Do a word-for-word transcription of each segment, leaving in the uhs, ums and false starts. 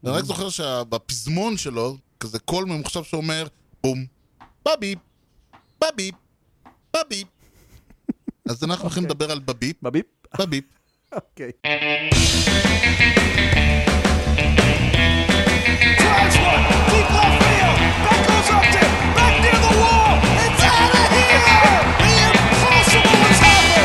אני רק זוכר שבפזמון שלו, כזה קול ממוחשב שאומר, בום, בביפ, בביפ, בביפ. אז אנחנו הולכים לדבר על בביפ. בביפ? בביפ. אוקיי. Drives one, deep left field. That goes up to back near the wall. It's out of here. The impossible has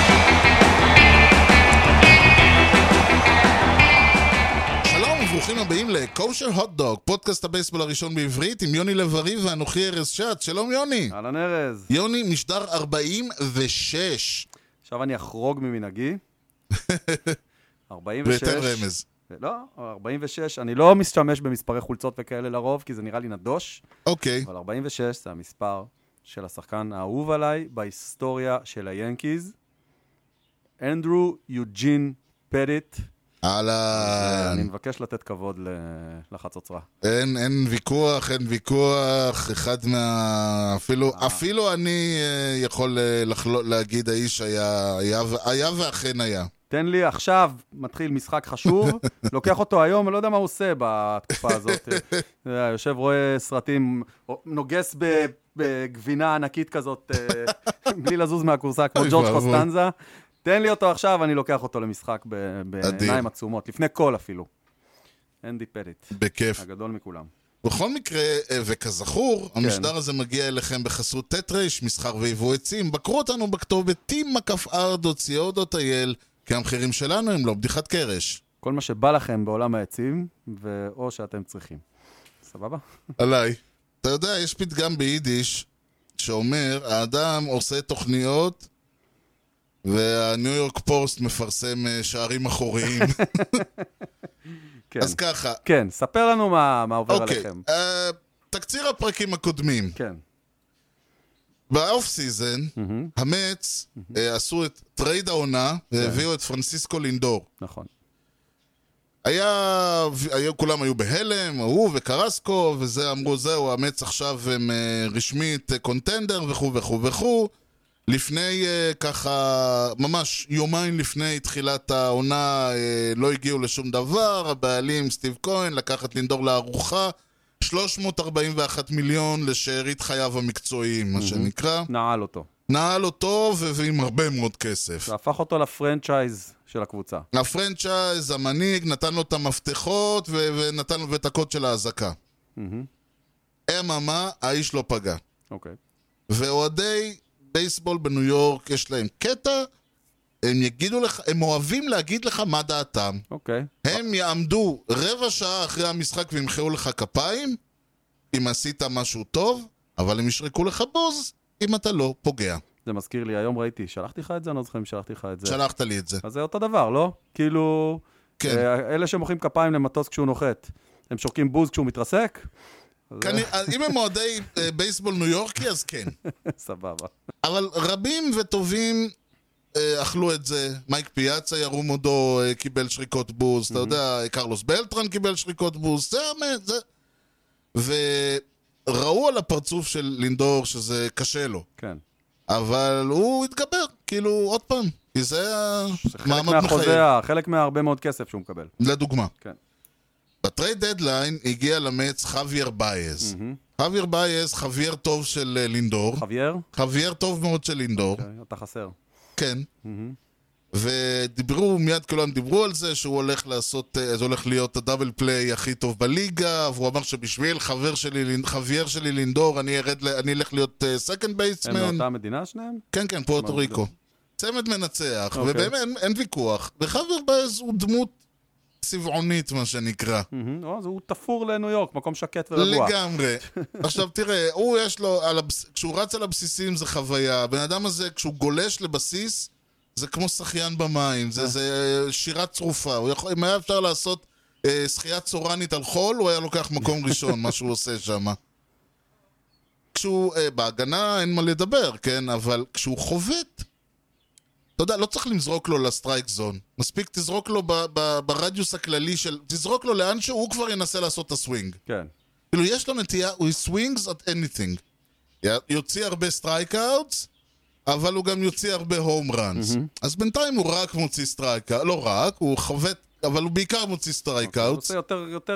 happened. שלום וברוכים הבאים לקושר הוט דוג, פודקאסט הבייסבול הראשון בעברית עם יוני לב-ארי ואנוכי ארז שץ. שלום יוני. אהלן ארז. יוני, משדר ארבעים ושש. עכשיו אני אחרוג ממנהגי. ארבעים ושש. ותן רמז. לא, ארבעים ושש. אני לא משתמש במספרי חולצות וכאלה לרוב, כי זה נראה לי נדוש. אוקיי. אבל ארבעים ושש זה המספר של השחקן האהוב עליי בהיסטוריה של היאנקיז. אנדרו יוג'ין פדיט. אהלן. אני מבקש לתת כבוד לחצוצרה. אין, אין ויכוח, אין ויכוח. אחד מה... אפילו, אפילו אני אה, יכול אה, לחלו, להגיד האיש היה, היה, היה ואכן היה. תן לי עכשיו, מתחיל משחק חשוב, לוקח אותו היום, אני לא יודע מה הוא עושה בתקופה הזאת. יושב רואה סרטים, נוגס בגבינה ענקית כזאת, בלי לזוז מהקורסה, כמו ג'ורג' קוסטנזה. תן לי אותו עכשיו, אני לוקח אותו למשחק בעיניים עצומות, לפני כל אפילו. אנדי פדיט. בכיף. הגדול מכולם. בכל מקרה, וכזכור, כן. המשדר הזה מגיע אליכם בחסות טטרש, מסחר ויבוא עצים. בקרו אותנו בכתובת טים מקף אר דוט סי או דוט איי אל, כי המחירים שלנו הם לא בדיחת קרש. כל מה שבא לכם בעולם העצים, ואו שאתם צריכים. סבבה? עליי. אתה יודע, יש פתגם ביידיש שאומר, האדם עושה תוכניות, והניו יורק פוסט מפרסם שערים אחוריים. כן. אז ככה. כן, ספר לנו מה, מה עובר אוקיי, עליכם. uh, תקציר הפרקים הקודמים. כן. באוף סיזן, mm-hmm. המץ mm-hmm. uh, עשו את טרייד העונה, כן. והביאו את פרנסיסקו לינדור. נכון. היה, היה, כולם היו בהלם, הוא וקרסקו, וזה אמרו, זהו, המץ עכשיו הם uh, רשמית קונטנדר וכו' וכו' וכו'. לפני uh, ככה, ממש יומיים לפני תחילת העונה, uh, לא הגיעו לשום דבר, הבעלים סטיב כהן לקח את לינדור לארוחה, שלוש מאות ארבעים ואחד מיליון לשארית חייו המקצועיים, מה שנקרא. נעל אותו. נעל אותו ו- ועם הרבה מאוד כסף. זה הפך אותו לפרנצ'ייז של הקבוצה. הפרנצ'ייז, המנהיג, נתן לו את המפתחות ו- ונתן לו את הקוד של ההזקה. אממה, האיש לא פגע. אוקיי. ואוהדי בייסבול בניו יורק יש להם קטע, הם יגידו לך, הם אוהבים להגיד לך מה דעתם. אוקיי. הם יעמדו רבע שעה אחרי המשחק וימחאו לך כפיים, אם עשית משהו טוב, אבל הם ישרקו לך בוז, אם אתה לא פוגע. זה מזכיר לי, היום ראיתי, שלחתי לך את זה? אני לא זוכר אם שלחתי לך את זה. שלחת לי את זה. אז זה אותו דבר, לא? כאילו, כן. אלה שמוחאים כפיים למטוס כשהוא נוחת, הם שורקים בוז כשהוא מתרסק? אם הם אוהדי בייסבול ניו יורקי, אז כן. סבבה. אבל רבים וטובים אכלו את זה. מייק פיאצה ירום הודו קיבל שריקות בוז, אתה יודע, קרלוס בלטרן קיבל שריקות בוז, זה האמת, זה... וראו על הפרצוף של לינדור שזה קשה לו. כן. אבל הוא התגבר, כאילו, עוד פעם, כי זה המעמד מחייב. חלק מהרבה מאוד כסף שהוא מקבל. לדוגמה. כן. בטרייד דדליין הגיע למץ חווייר בייז. חווייר בייז, חווייר טוב של לינדור. חווייר? חווייר טוב מאוד של לינדור. אתה חסר. כן. ודיברו, מיד כולם דיברו על זה, שהוא הולך לעשות, זה הולך להיות הדאבל פליי הכי טוב בליגה, והוא אמר שבשביל חבר שלי, חווייר שלי לינדור, אני ארד, אני אלך להיות סקנד בייסמן. הם מאותה מדינה שניהם? כן, כן, פוארטו ריקו. צמד מנצח, ובאמת אין ויכוח. וחווייר בייז הוא דמות צבעונית, מה שנקרא. הוא תפור לניו יורק, מקום שקט ורגוע. לגמרי. עכשיו תראה, הוא יש לו, כשהוא רץ על הבסיסים זה חוויה. הבן אדם הזה, כשהוא גולש לבסיס, זה כמו שחיין במים, זה שירת צרופה. אם היה אפשר לעשות שחיית צורנית על חול, הוא היה לוקח מקום ראשון, מה שהוא עושה שם. כשהוא, בהגנה אין מה לדבר, כן? אבל כשהוא חובט, אתה יודע, לא צריך לזרוק לו לסטרייק זון. מספיק תזרוק לו ב- ב- ברדיוס הכללי של... תזרוק לו לאן שהוא כבר ינסה לעשות את הסווינג. כן. כאילו, יש לו נטייה, הוא swings at anything. יוציא הרבה סטרייקאוטס, אבל הוא גם יוציא הרבה הום ראנס. אז בינתיים הוא רק מוציא סטרייקאוט, לא רק, הוא חובט, אבל הוא בעיקר מוציא סטרייקאוטס. הוא עושה יותר, יותר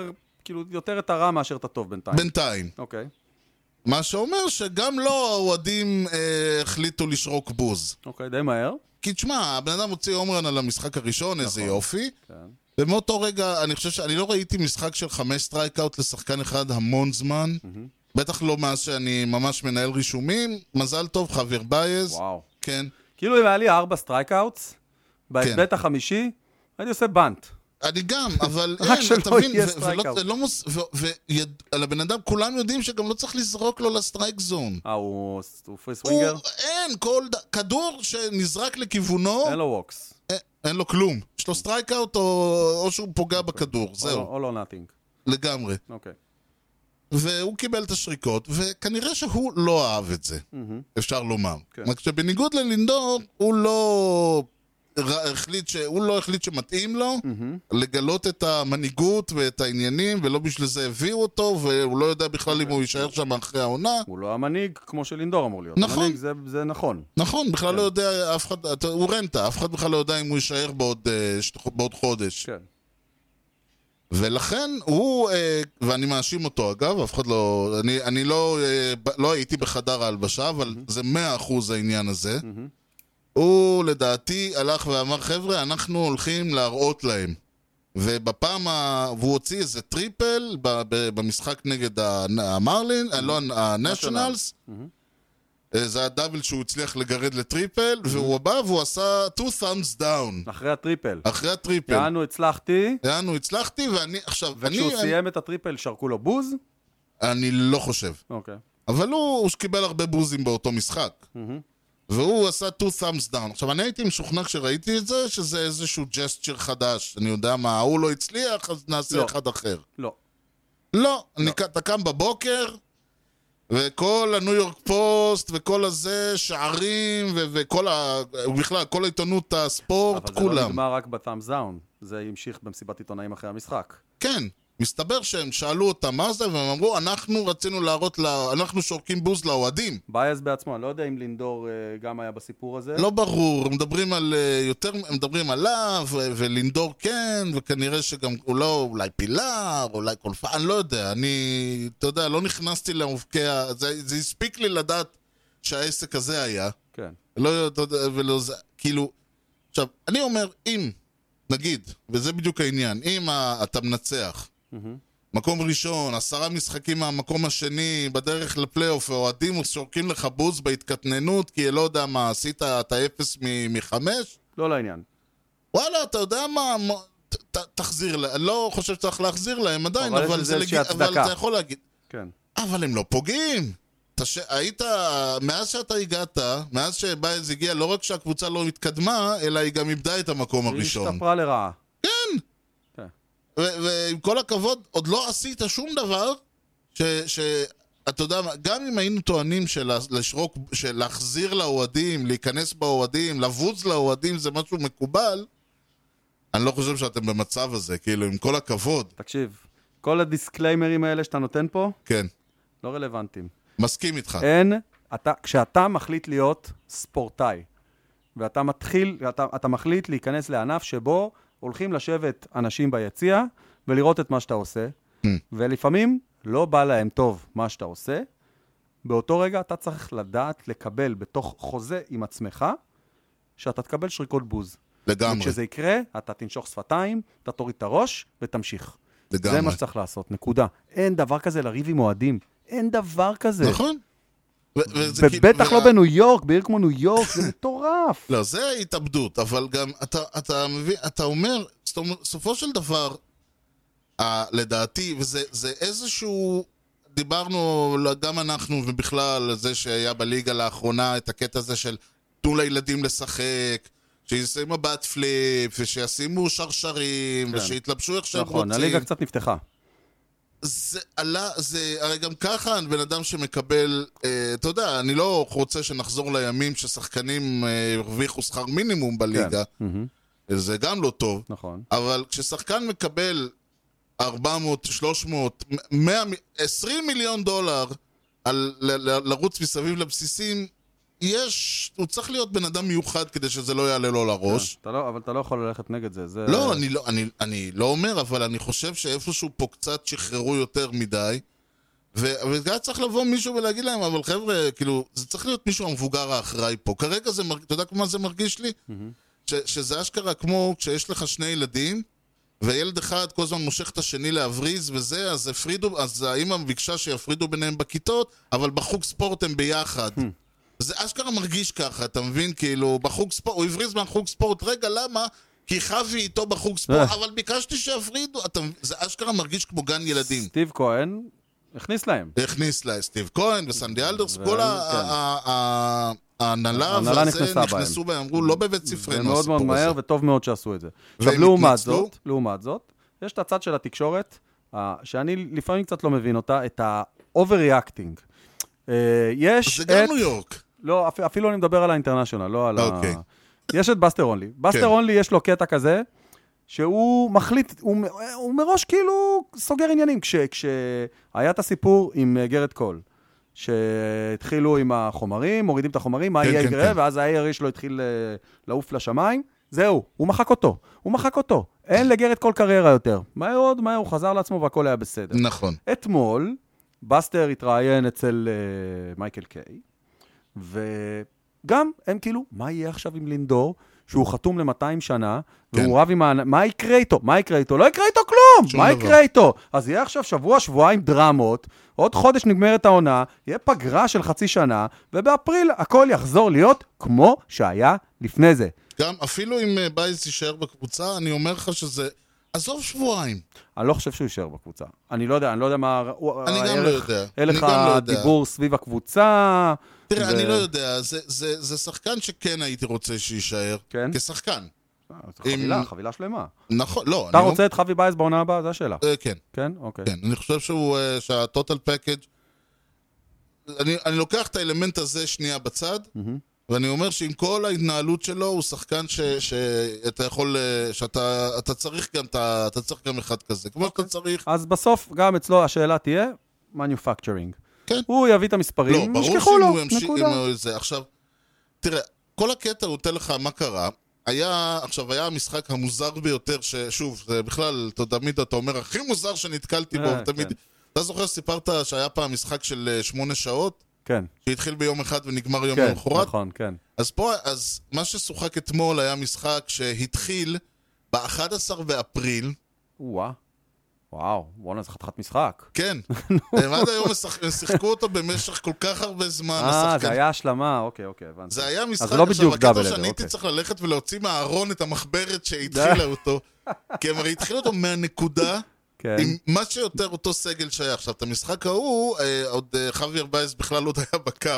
כאילו יותר את הרע מאשר את הטוב בינתיים. בינתיים. אוקיי. מה שאומר שגם לא האוהדים אה, החליטו לשרוק בוז. אוקיי, די מהר. כי תשמע, הבן אדם הוציא הומרן על המשחק הראשון, איזה יופי. כן. ומאותו רגע, אני חושב שאני לא ראיתי משחק של חמש סטרייקאוט לשחקן אחד המון זמן. בטח לא מאז שאני ממש מנהל רישומים. מזל טוב, חבר בייז. וואו. כן. כאילו אם היה לי ארבע סטרייקאוטס, בהיבט החמישי, הייתי עושה בנט. אני גם, אבל רק אין, שלא אתה מבין, יהיה ו- ולא- סטרייקאוט. לא מוס- ו- ועל הבן אדם כולם יודעים שגם לא צריך לזרוק לו לסטרייק זון. אה, הוא הוא פרי סווינגר? הוא, אין, כל ד... כדור שנזרק לכיוונו, אין לו ווקס. אין, אין לו כלום. יש לו סטרייקאוט או, או שהוא פוגע בכדור, זהו, או לא נאטינג. לגמרי. אוקיי. והוא קיבל את השריקות, וכנראה שהוא לא אהב את זה, אפשר לומר. כן. רק שבניגוד ללינדור, הוא לא... ר- החליט ש... הוא לא החליט שמתאים לו לגלות את המנהיגות ואת העניינים, ולא בשביל זה הביאו אותו, והוא לא יודע בכלל אם הוא יישאר שם אחרי העונה. הוא לא המנהיג כמו שלינדור אמור להיות. נכון. המנהיג זה- זה נכון. נכון, בכלל לא יודע, אף אחד, אתה- הוא רנטה, אף אחד בכלל לא יודע אם הוא יישאר בעוד, אה, שת- בעוד חודש. כן. ולכן הוא, אה, ואני מאשים אותו אגב, אף אחד לא, אני, אני לא, אה, ב- לא הייתי בחדר ההלבשה, אבל זה מאה אחוז העניין הזה. הוא לדעתי הלך ואמר, חבר'ה, אנחנו הולכים להראות להם. ובפעם, ה... והוא הוציא איזה טריפל ב- ב- במשחק נגד ה- המרלין, אה, לא, הנשיונלס. אה, זה היה דאבל שהוא הצליח לגרד לטריפל, והוא בא והוא עשה two thumbs down. אחרי הטריפל. אחרי הטריפל. יענו הצלחתי, יענו, הצלחתי, ואני, עכשיו, אני, וכשהוא אני, סיים את הטריפל שרקו לו בוז. אני לא חושב. אוקיי. אבל הוא, הוא קיבל הרבה בוזים באותו משחק. והוא עשה two thumbs down. עכשיו, אני הייתי משוכנע כשראיתי את זה, שזה איזשהו ג'סטצ'ר חדש. אני יודע מה, הוא לא הצליח, אז נעשה לא. אחד אחר. לא. לא, אני, אתה קם בבוקר, וכל הניו יורק פוסט, וכל הזה, שערים, ו- וכל ה... בכלל, כל העיתונות הספורט, אבל זה לא כולם. נגמר רק בתאמס דאון. זה המשיך במסיבת עיתונאים אחרי המשחק. כן, מסתבר שהם שאלו אותם מה זה, והם אמרו, אנחנו רצינו להראות, לה... אנחנו שורקים בוז לאוהדים. בייס בעצמו, אני לא יודע אם לינדור אה, גם היה בסיפור הזה. לא ברור, הם מדברים על אה, יותר, הם מדברים עליו, ו- ולינדור כן, וכנראה שגם הוא לא, אולי פילר, אולי קולפה, אני לא יודע, אני, אתה יודע, לא נכנסתי לעובקי ה... זה, זה הספיק לי לדעת שהעסק הזה היה, כן. לא, אתה יודע, ולא זה, כאילו, עכשיו, אני אומר, אם, נגיד, וזה בדיוק העניין, אם ה- אתה מנצח, מקום ראשון, עשרה משחקים מהמקום השני, בדרך לפלייאוף, ואוהדים שורקים לך בוז בהתקטננות, כי לא יודע מה, עשית את האפס מ- מחמש? לא לעניין. וואלה, אתה יודע מה, מה ת, ת, תחזיר להם, אני לא חושב שצריך להחזיר להם עדיין, אבל יש אבל, לזה זה איזושהי לג... אבל הצדקה. אתה יכול להגיד, כן. אבל הם לא פוגעים. אתה ש... היית, מאז שאתה הגעת, מאז שבייז הגיע, לא רק שהקבוצה לא התקדמה, אלא היא גם איבדה את המקום היא הראשון. השתפרה לרעה. כן. כן. ו- ועם כל הכבוד, עוד לא עשית שום דבר ש... ש... אתה יודע מה, גם אם היינו טוענים של לשרוק, של להחזיר לאוהדים, להיכנס באוהדים, לבוז לאוהדים, זה משהו מקובל, אני לא חושב שאתם במצב הזה, כאילו, עם כל הכבוד. תקשיב, כל הדיסקליימרים האלה שאתה נותן פה, כן, לא רלוונטיים. מסכים איתך. אין, אתה, כשאתה מחליט להיות ספורטאי, ואתה מתחיל, אתה, אתה מחליט להיכנס לענף שבו הולכים לשבת אנשים ביציע, ולראות את מה שאתה עושה, ולפעמים לא בא להם טוב מה שאתה עושה, באותו רגע אתה צריך לדעת לקבל בתוך חוזה עם עצמך, שאתה תקבל שריקות בוז. לגמרי, וכשזה יקרה, אתה תנשוך שפתיים, אתה תוריד את הראש ותמשיך. לגמרי. זה מה שצריך לעשות, נקודה. אין דבר כזה לריב עם אוהדים. אין דבר כזה. נכון. ו- וזה כאילו- ובטח לא וה- בניו יורק, בעיר כמו ניו יורק, זה מטורף. לא, זה התאבדות, אבל גם אתה, אתה מבין, אתה אומר, זאת אומרת, סופו של דבר, ה- לדעתי, וזה זה איזשהו, דיברנו גם אנחנו ובכלל על זה שהיה בליגה לאחרונה את הקטע הזה של תנו לילדים לשחק, שישימו מבט פליפ, ושישימו שרשרים, כן. ושיתלבשו איך שהם נכון, רוצים. הליגה קצת נפתחה. זה עלה, זה, הרי גם ככה בן אדם שמקבל, אה, אתה יודע, אני לא רוצה שנחזור לימים ששחקנים אה, הרוויחו שכר מינימום בליגה, מהמם. זה גם לא טוב, נכון. אבל כששחקן מקבל ארבע מאות, שלוש מאות, מאה, עשרים מיליון דולר על ל- ל- לרוץ מסביב לבסיסים, יש, הוא צריך להיות בן אדם מיוחד כדי שזה לא יעלה לו לראש. אתה לא, אבל אתה לא יכול ללכת נגד זה. זה... לא, אני לא, אני, אני לא אומר, אבל אני חושב שאיפשהו פה קצת שחררו יותר מדי, וגם צריך לבוא מישהו ולהגיד להם, אבל חבר'ה, כאילו, זה צריך להיות מישהו המבוגר האחראי פה. כרגע זה, אתה יודע מה זה מרגיש לי? ש, שזה אשכרה כמו כשיש לך שני ילדים, וילד אחד כל הזמן מושך את השני להבריז וזה, אז הפרידו, אז האמא ביקשה שיפרידו ביניהם בכיתות, אבל בחוג ספורט הם ביחד. זה אשכרה מרגיש ככה, אתה מבין? כאילו, בחוג ספורט, הוא הבריז מהחוג ספורט, רגע, למה? כי חווי איתו בחוג ספורט, אבל ביקשתי שיפרידו, אתה, זה אשכרה מרגיש כמו גן ילדים. סטיב כהן הכניס להם. הכניס לה סטיב כהן וסנדי אלדרס, כל ההנהלה ההנהלה והזה נכנסה נכנסו בהם, אמרו, לא בבית ספרנו מאוד מאוד הסיפור מהר הזה. וטוב מאוד שעשו את זה. עכשיו, והם לעומת התנצלו? זאת, לעומת זאת, יש את הצד של התקשורת, אה, שאני לפעמים קצת לא מבין אותה, את ה-overreacting. אה, יש זה את... גם ניו יורק. לא, אפ- אפילו אני מדבר על האינטרנשיונל, לא על ה... אוקיי. יש את בסטר אונלי. בסטר אונלי יש לו קטע כזה, שהוא מחליט, הוא, מ- הוא מראש כאילו סוגר עניינים. כש, כשהיה את הסיפור עם אה, גרד קול, שהתחילו עם החומרים, מורידים את החומרים, מה כן, יהיה כן, יקרה, כן. ואז ה-איי אר שלו התחיל אה, לעוף לשמיים, זהו, הוא מחק אותו, הוא מחק אותו. אין לגרד קול קריירה יותר. מהר עוד, מהר הוא חזר לעצמו והכל היה בסדר. נכון. אתמול, בסטר התראיין אצל uh, מייקל קיי, וגם הם כאילו, מה יהיה עכשיו עם לינדור, שהוא חתום ל-מאתיים שנה, כן. והוא רב עם ה... מה יקרה איתו? מה יקרה איתו? לא יקרה איתו כלום! שום מה דבר. יקרה איתו? אז יהיה עכשיו שבוע, שבועיים דרמות, עוד חודש נגמרת העונה, יהיה פגרה של חצי שנה, ובאפריל הכל יחזור להיות כמו שהיה לפני זה. גם אפילו אם אה, בייס יישאר בקבוצה, אני אומר לך שזה... עזוב שבועיים. אני לא חושב שהוא יישאר בקבוצה. אני לא יודע, אני לא יודע מה... אני גם לא יודע. אין אני לך גם לא יודע. דיבור סביב הקבוצה. תראה, ו- אני לא יודע, זה- זה זה שחקן שכן הייתי רוצה שיישאר. כן? כשחקן. אה, זה חבילה, חבילה שלמה. נכון, לא. אתה אני רוצה את חווי בייס בעונה הבאה? זו השאלה. לא- אה, כן, כן? אוקיי. כן. אני חושב שהוא, אה, שהטוטל פקאג' אני אני לוקח את האלמנט הזה שנייה בצד, ואני אומר שעם כל ההתנהלות שלו, הוא שחקן ש- שאתה יכול, אה, שאתה אתה צריך גם את ה- אתה צריך גם אחד כזה. כמו שאתה צריך... אז בסוף, גם אצלו השאלה תהיה, manufacturing. כן. הוא יביא את לא, המספרים, ברור ישכחו שאם לו, הוא ימשיך נקודה. עם זה. עכשיו, תראה, כל הקטע הוא נותן לך מה קרה. היה, עכשיו, היה המשחק המוזר ביותר, ששוב, זה בכלל, אתה תמיד, אתה אומר, הכי מוזר שנתקלתי בו, אה, תמיד... כן. אתה זוכר שסיפרת שהיה פעם משחק של אה, שמונה שעות, כן, שהתחיל ביום אחד ונגמר יום כן, למחרת? נכון, כן. אז פה, אז מה ששוחק אתמול היה משחק שהתחיל ב-אחד עשר באפריל, וואה. וואו, בוא'נה, זה חתיכת משחק. כן, הם עד היום משחק- הם שיחקו אותו במשך כל כך הרבה זמן, אה, זה השחקן. היה השלמה, אוקיי, אוקיי, הבנתי. זה היה משחק, אז זה לא בדיוק עכשיו, דאבל הקטע אבר, שאני הייתי אוקיי. צריך ללכת ולהוציא מהארון את המחברת שהתחילה אותו, כי הם הרי התחילו אותו מהנקודה, כן. עם מה שיותר אותו סגל שהיה. עכשיו, את המשחק ההוא, אה, עוד אה, חווי בייס בכלל עוד היה בקאפ.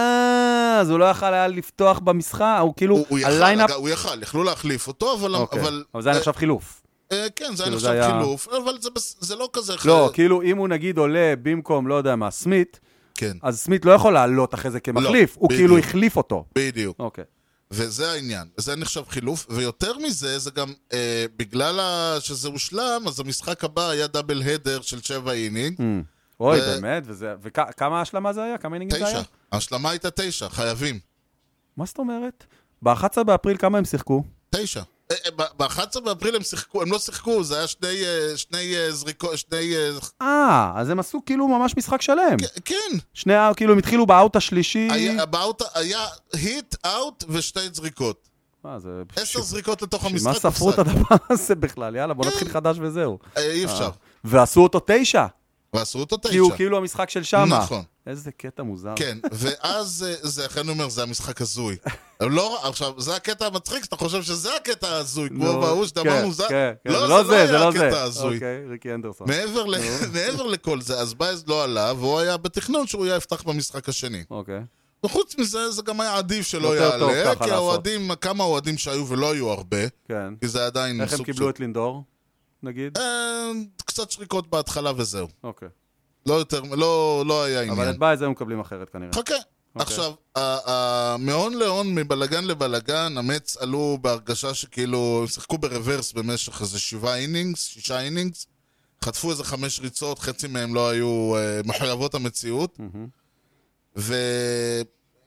אה, אז הוא לא יכל היה לפתוח במשחק, הוא כאילו, הוא הוא יכל, הליינאפ... אגב, הוא יכל, יכלו להחליף אותו, אבל... אוקיי, אבל אבל זה היה אה, נחשב חילוף. אה, כן, זה היה כאילו, נחשב זה היה- חילוף, אבל זה בס- זה לא כזה... לא, ח- כאילו, אם הוא נגיד עולה במקום, לא יודע מה, סמית, כן, אז סמית לא יכול לעלות אחרי זה כמחליף, הוא בדיוק. כאילו החליף אותו. בדיוק. אוקיי. וזה העניין, זה נחשב חילוף, ויותר מזה, זה גם, אה, בגלל ה- שזה הושלם, אז המשחק הבא היה דאבל הדר של שבע אינינג, אוי, ו- באמת, וזה... וכמה ההשלמה זה היה? כמה אינינגים זה היה? תשע. ההשלמה הייתה תשע, חייבים. מה זאת אומרת? ב-אחד עשר באפריל כמה הם שיחקו? תשע. ב-אחד עשר באפריל הם שיחקו, הם לא שיחקו, זה היה שני, אה, שני אה, זריקות, שני... אה, אה, אז הם עשו כאילו ממש משחק שלם. כן, שני, כאילו הם התחילו באאוט השלישי. היה, באוט, היה היט, אאוט ושתי זריקות. מה, זה... עשר זריקות לתוך בשביל מה המשחק. ספרו את הופסק. הדבר הזה בכלל? יאללה, בוא נתחיל חדש וזהו. אה, אי אפשר. ועשו אותו תשע, ועשו אותו כי הוא תשע. כאילו המשחק של שמה. נכון. איזה קטע מוזר. כן, ואז אה, זה, לכן אני אומר, זה המשחק הזוי. לא, עכשיו, זה הקטע המצחיק, שאתה חושב שזה הקטע הזוי, כמו נו, בהוא שאמרנו, זה... כן, כן, לא, זה לא זה, זה היה לא הקטע זה. הזוי. אוקיי, ריקי אנדרסון. מעבר ל- מעבר לכל זה, אז בייז לא עלה, והוא היה בתכנון שהוא היה יפתח במשחק השני. אוקיי. וחוץ מזה, זה גם היה עדיף שלא יותר טוב יעלה, ככה כי לעשות. האוהדים, כמה אוהדים שהיו ולא היו הרבה, כן. כי זה עדיין איך הם סוג קיבלו את לינדור, נגיד? אה, קצת שריקות בהתחלה וזהו. אוקיי. לא יותר, לא לא היה עניין. אבל את בייז הם מקבלים אחרת כנראה. חכה. עכשיו, ה- ה- מהון להון, מבלגן לבלגן, המץ עלו בהרגשה שכאילו, הם שיחקו ברוורס במשך איזה שבעה אינינגס, שישה אינינגס, חטפו איזה חמש ריצות, חצי מהם לא היו אה, מחויבות המציאות,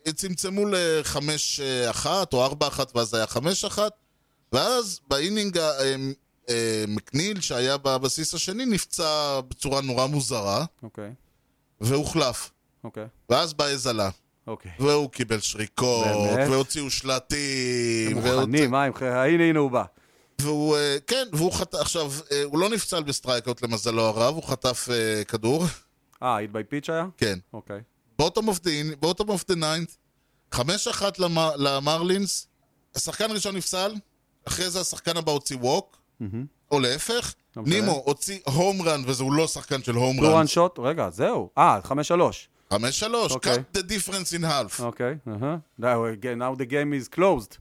צמצמו לחמש אחת או ארבע אחת, ואז היה חמש אחת, ואז באינינג מקניל שהיה בבסיס השני נפצע בצורה נורא מוזרה, אוקיי. והוחלף. אוקיי. ואז בא איזלה. אוקיי. והוא קיבל שריקות, באמת? והוציאו שלטים. הם מוכנים, מה, הנה הנה הוא בא. והוא, כן, והוא חטף, עכשיו, הוא לא נפצל בסטרייקות למזלו הרב, הוא חטף כדור. אה, היט ביי פיץ' היה? כן. אוקיי. בוטום אוף דה, בוטום אוף דה ניינט, חמש אחת למרלינס, השחקן הראשון נפסל, אחרי זה השחקן הבא הוציא ווק, או להפך, נימו הוציא הום רן, וזהו לא שחקן של הום רן. טו רן שוט, רגע, זהו. אה, חמש שלוש. חמש שלוש, cut the difference in half. אוקיי, now the game is closed.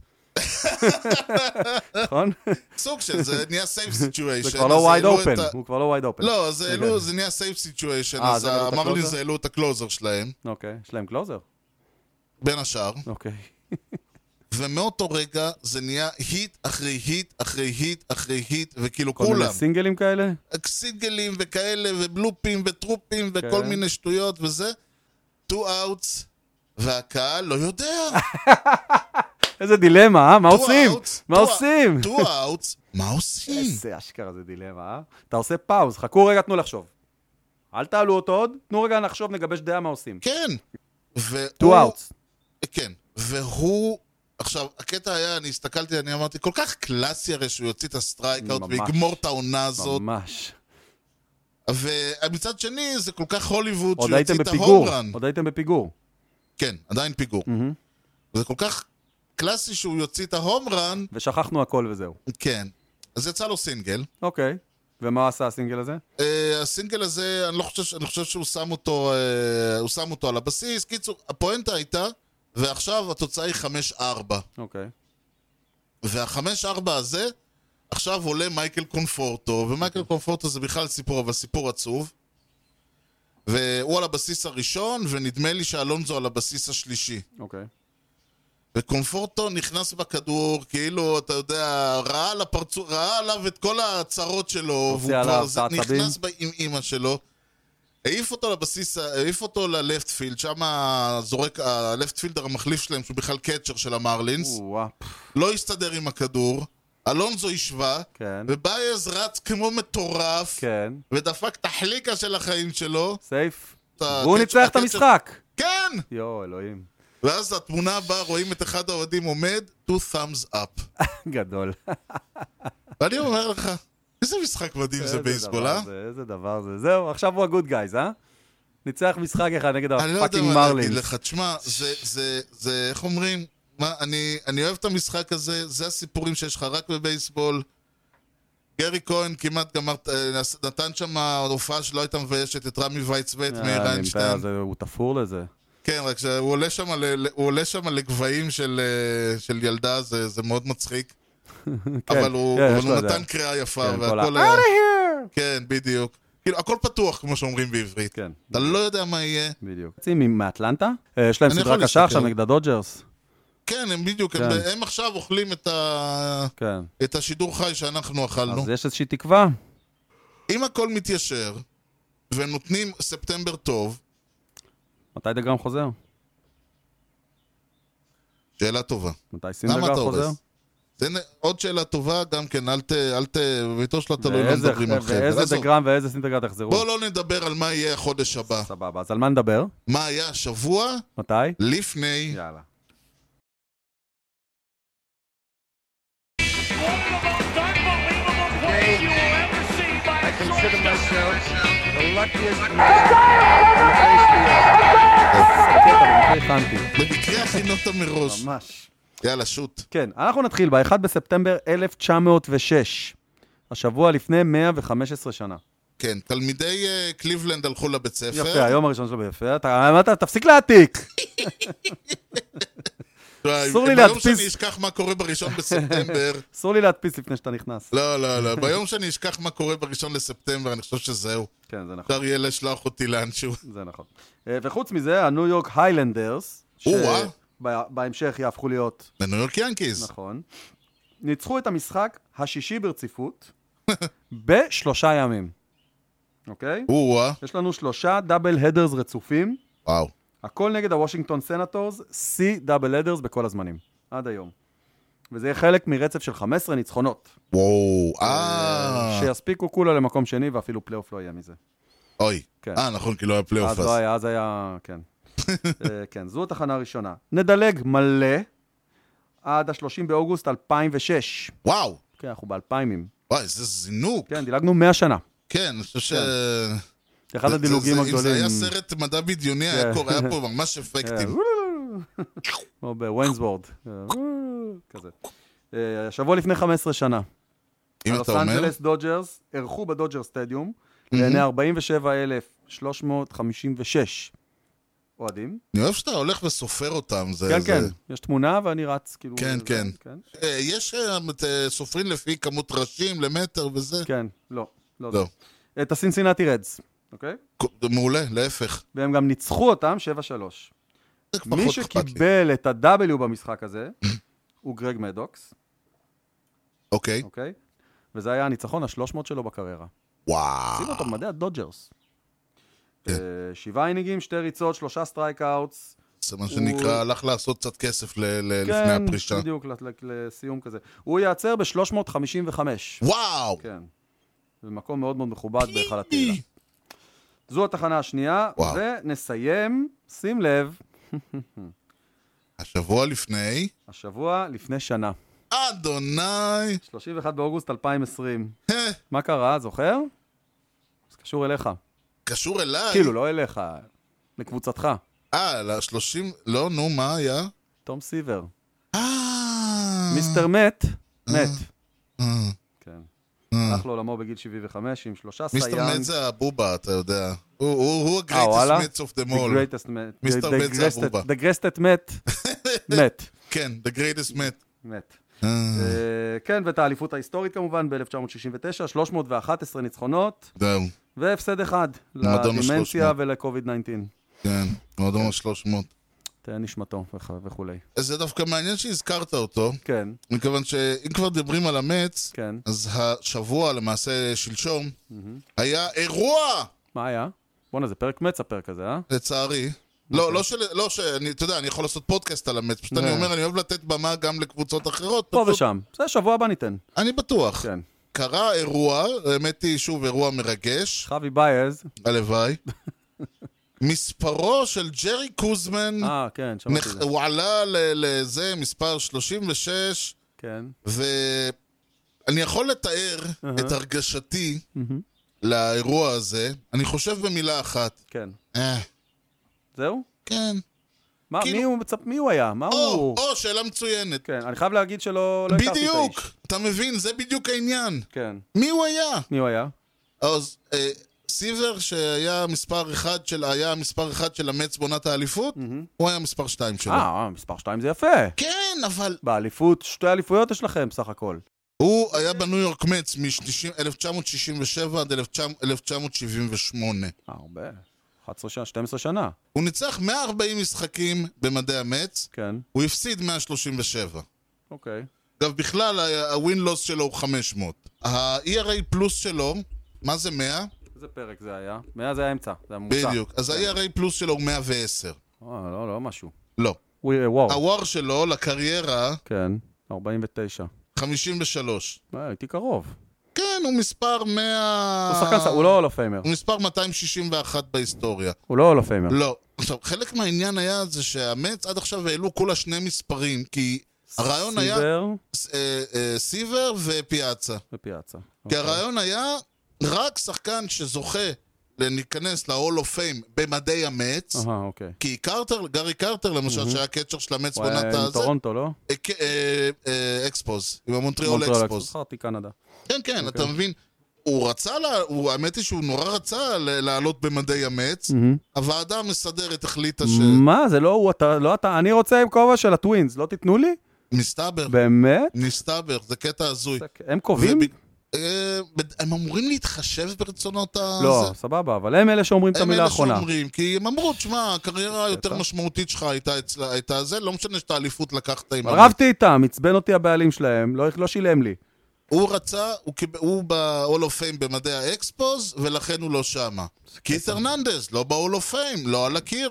נכון? סוג של, זה נהיה safe situation. זה כבר לא wide open, הוא כבר לא wide open. לא, זה נהיה safe situation, אז המרלינס העלו את הקלוזר שלהם. אוקיי, יש להם קלוזר? בין השאר. אוקיי. ומאותו רגע זה נהיה היט אחרי היט אחרי היט אחרי היט, וכאילו כל כולם. מיני סינגלים כאלה? סינגלים וכאלה, ובלופים וטרופים וכל מיני שטויות וזה. two outs, והקהל לא יודע. איזה דילמה, אה? מה עושים? מה עושים? two outs, מה עושים? איזה אשכרה זה דילמה, אה? אתה עושה פאוז, חכו רגע, תנו לחשוב. אל תעלו אותו עוד, תנו רגע לחשוב, נגבש דעה מה עושים. כן. two outs. כן, והוא... עכשיו, הקטע היה, אני הסתכלתי, אני אמרתי, כל כך קלאסי הרי שהוא יוציא את הסטרייקאוט ויגמור את העונה הזאת. ממש. ומצד שני, זה כל כך הוליווד שהוא יוציא את ההומרן. עוד הייתם בפיגור. כן, עדיין פיגור. וזה כל כך קלאסי שהוא יוציא את ההומרן. ושכחנו הכל וזהו. כן. אז יצא לו סינגל. אוקיי. ומה עשה הסינגל הזה? הסינגל הזה, אני לא חושב, אני חושב שהוא שם אותו, הוא שם אותו על הבסיס. קיצור, הפואנטה הייתה, ועכשיו התוצאה היא חמש ארבע. אוקיי. והחמש ארבע הזה, עכשיו עולה מייקל קונפורטו, ומייקל קונפורטו זה בכלל סיפור, אבל סיפור עצוב. והוא על הבסיס הראשון, ונדמה לי שאלונזו על הבסיס השלישי. אוקיי. וקונפורטו נכנס בכדור, כאילו, אתה יודע, ראה, לפרצו, ראה עליו את כל הצרות שלו, והוא כבר זה, נכנס בה עם אמא שלו. העיף אותו לבסיס, העיף אותו ללפט פילד, שם זורק, הלפט פילדר המחליף שלהם, שהוא בכלל קצ'ר של המרלינס, לא הסתדר עם הכדור, אלונזו ישבה, כן. ובייז רץ כמו מטורף, כן. ודפק את החליקה של החיים שלו. סייף. והוא ניצח את המשחק. כן! יו, אלוהים. ואז התמונה הבאה רואים את אחד האוהדים עומד, two thumbs up. גדול. ואני אומר לך, איזה משחק מדהים זה בייסבול, אה? איזה דבר זה. זהו, עכשיו הוא הגוד גייז, אה? ניצח משחק אחד נגד הפאקינג מרלינס. אני לא יודע מה להגיד לך, תשמע, זה, זה, זה, איך אומרים? מה, אני, אני אוהב את המשחק הזה, זה הסיפורים שיש לך רק בבייסבול. גרי כהן כמעט גמר, נתן שם הופעה שלא הייתה מביישת את רמי וייץ ואת מאיר איינשטיין. הוא תפור לזה. כן, רק שהוא עולה שם, הוא עולה שם לגבהים של, של ילדה, זה, זה מאוד מצחיק. אבל הוא נתן קריאה יפה, והכל היה... כן, בדיוק. כאילו, הכל פתוח, כמו שאומרים בעברית. כן. אתה לא יודע מה יהיה. בדיוק. יוצאים מאטלנטה? יש להם סדרה קשה עכשיו נגד הדודג'רס. כן, הם בדיוק, הם עכשיו אוכלים את השידור חי שאנחנו אכלנו. אז יש איזושהי תקווה. אם הכל מתיישר, ונותנים ספטמבר טוב... מתי דגרם חוזר? שאלה טובה. מתי סינדגר חוזר? זה עוד שאלה טובה, גם כן, אל ת... אל ת... ביתו שלו תלוי לא מדברים על חבר. ואיזה דגרם ואיזה סינדגר תחזרו? בואו לא נדבר על מה יהיה החודש הבא. סבבה, אז על מה נדבר? מה היה השבוע? מתי? לפני. יאללה. consider myself the luckiest man. במקרה הכינות מראש. ממש. יאללה, שוט. כן, אנחנו נתחיל ב-אחד בספטמבר אלף תשע מאות ושש. השבוע לפני מאה וחמש עשרה שנה. כן, תלמידי קליבלנד הלכו לבית ספר. יפה, היום הראשון שלו ביפה. אתה תפסיק להעתיק. אסור לי להדפיס... ביום שאני אשכח מה קורה בראשון בספטמבר... אסור לי להדפיס לפני שאתה נכנס. לא, לא, לא. ביום שאני אשכח מה קורה בראשון לספטמבר, אני חושב שזהו. כן, זה נכון. אפשר יהיה לשלוח אותי לאנשהו. זה נכון. וחוץ מזה, הניו יורק היילנדרס, שבהמשך יהפכו להיות... בניו יורק ינקיז. נכון. ניצחו את המשחק השישי ברציפות בשלושה ימים. אוקיי? או-אה. יש לנו שלושה דאבל הדרס רצופים. וואו. הכל נגד הוושינגטון סנטורס, C דאבל אדרס בכל הזמנים, עד היום. וזה יהיה חלק מרצף של חמש עשרה ניצחונות. וואו, אה. שיספיקו כולה למקום שני, ואפילו פלייאוף לא יהיה מזה. אוי. כן. אה, נכון, כי לא היה פלייאוף אז לא היה, אז היה, כן. אה, כן, זו התחנה הראשונה. נדלג מלא עד ה-שלושים באוגוסט אלפיים ושש. וואו. כן, אנחנו ב-אלפיים. וואי, זה זינוק. כן, דילגנו מאה שנה. כן, אני חושב ש... אחד הדילוגים הגדולים. אם זה היה סרט מדע בדיוני, היה קורה, היה פה ממש אפקטים. כמו בוויינסוורד. כזה. השבוע לפני חמש עשרה שנה. אם אתה הלוס אומר... אנג'לס דודג'רס ערכו בדודג'ר סטדיום, לעיני ארבעים ושבעה אלף שלוש מאות חמישים ושש אוהדים. אני אוהב שאתה הולך וסופר אותם. כן, כן. יש תמונה ואני רץ, כאילו... כן, כן. יש סופרים לפי כמות ראשים למטר וזה? כן, לא. לא. את הסינסינטי רדס, אוקיי? מעולה, להפך. והם גם ניצחו אותם שבע שלוש. מי מי שקיבל את ה-W במשחק הזה, הוא גרג מדוקס. אוקיי. אוקיי? וזה היה הניצחון ה-שלוש מאות שלו בקריירה. וואו. שימו אותו במדעי הדודג'רס. שבעה אינינגים, שתי ריצות, שלושה סטרייקאוטס. זה מה שנקרא, הלך לעשות קצת כסף לפני הפרישה. כן, בדיוק, לסיום כזה. הוא ייעצר ב-שלוש מאות חמישים וחמש. וואו! כן. זה מקום מאוד מאוד מכובד בהיכל התהילה. זו התחנה השנייה, ונסיים, שים לב, השבוע לפני... השבוע לפני שנה. אדוני! שלושים ואחד באוגוסט אלפיים ועשרים. מה קרה, זוכר? זה קשור אליך. קשור אליי? כאילו, לא אליך, לקבוצתך. אה, ל-שלושים... לא, נו, מה היה? תום סיבר. אה... מיסטר מת, מת. אה... כן. הלך לעולמו בגיל שבעים וחמש עם שלושה סייאנג. מיסטר מת זה הבובה, אתה יודע. הוא ה-greatest מת of them all. מיסטר מת זה הבובה. The greatest מת, מת. כן, the greatest מת. מת. כן, ואת האליפות ההיסטורית כמובן ב-אלף תשע מאות שישים ותשע, שלוש מאות ואחת עשרה ניצחונות. זהו. והפסד אחד לדימנציה ולקוביד תשע עשרה. כן, מועדון ה-שלוש מאות. תהיה נשמתו וכולי. זה דווקא מעניין שהזכרת אותו. כן. מכיוון שאם כבר מדברים על המץ, כן. אז השבוע, למעשה שלשום, היה אירוע! מה היה? בוא'נה, זה פרק מצ הפרק הזה, אה? לצערי. לא, לא של... לא ש... אני, אתה יודע, אני יכול לעשות פודקאסט על המץ. פשוט אני אומר, אני אוהב לתת במה גם לקבוצות אחרות. פה ושם. זה שבוע הבא ניתן. אני בטוח. כן. קרה אירוע, האמת היא שוב אירוע מרגש. חווי בייז. הלוואי. מספרו של ג'רי קוזמן, אה, כן, שמעתי זה. הוא עלה לזה, מספר שלושים ושש, כן. ואני יכול לתאר את הרגשתי לאירוע הזה, אני חושב במילה אחת. כן. אה. זהו? כן. מה, מי הוא, מי הוא היה? מה הוא? או, שאלה מצוינת. כן, אני חייב להגיד שלא הכרתי את האיש. בדיוק, אתה מבין, זה בדיוק העניין. כן. מי הוא היה? מי הוא היה? אז... סיבר שהיה מספר אחד של, היה מספר אחד של המץ בעונת האליפות, הוא היה מספר שתיים שלו. אה, מספר שתיים זה יפה. כן, אבל... באליפות, שתי אליפויות יש לכם בסך הכל. הוא היה בניו יורק מצ מ-אלף תשע מאות שישים ושבע עד אלף תשע מאות שבעים ושמונה. אה, הרבה. אחת עשרה שנה, שתים עשרה שנה. הוא ניצח מאה וארבעים משחקים במדעי המץ, כן. הוא הפסיד מאה שלושים ושבע. אוקיי. אגב, בכלל, הווין-לוס שלו הוא חמש מאות. ה-E R A פלוס שלו, מה זה מאה? איזה פרק זה היה? מאה זה האמצע, זה הממוצע. בדיוק. אז ה-E R A פלוס שלו הוא מאה ועשר. אה, לא, לא משהו. לא. וואו. הוואר שלו לקריירה... כן, ארבעים ותשע. חמישים ושלוש. אה, הייתי קרוב. כן, הוא מספר מאה... הוא שחקן, הוא לא הולו פיימר. הוא מספר מאתיים שישים ואחת בהיסטוריה. הוא לא הולו פיימר. לא. עכשיו, חלק מהעניין היה זה שהמץ עד עכשיו העלו כולה שני מספרים, כי הרעיון היה... סיבר. סיבר ופיאצה. ופיאצה. כי הרעיון היה רק שחקן שזוכה להיכנס ל-Hall of Fame במדעי המץ, אהה, אוקיי. כי קרטר, גארי קרטר למשל, שהיה קצ'ר של המץ הוא היה בעונת עם הזה, טורונטו, לא? אקספוז, עם המונטריאול אקספוז. זכרתי קנדה. כן, כן, אתה מבין, הוא רצה, האמת היא שהוא נורא רצה לעלות במדעי המץ, הוועדה המסדרת החליטה ש... מה, זה לא הוא, לא אתה, אני רוצה עם כובע של הטווינס, לא תיתנו לי? מסתבר. באמת? מסתבר, זה קטע הזוי. הם קובעים? הם אמורים להתחשב ברצונות ה... לא, סבבה, אבל הם אלה שאומרים את המילה האחרונה. הם אלה שאומרים, כי הם אמרו, תשמע, הקריירה היותר משמעותית שלך הייתה זה, לא משנה שאתה אליפות לקחת עם... רבתי איתם, עצבן אותי הבעלים שלהם, לא שילם לי. הוא רצה, הוא ב-Hall of Fame במדעי האקספוז, ולכן הוא לא שמה. קית' הרננדז, לא ב-Hall of Fame, לא על הקיר.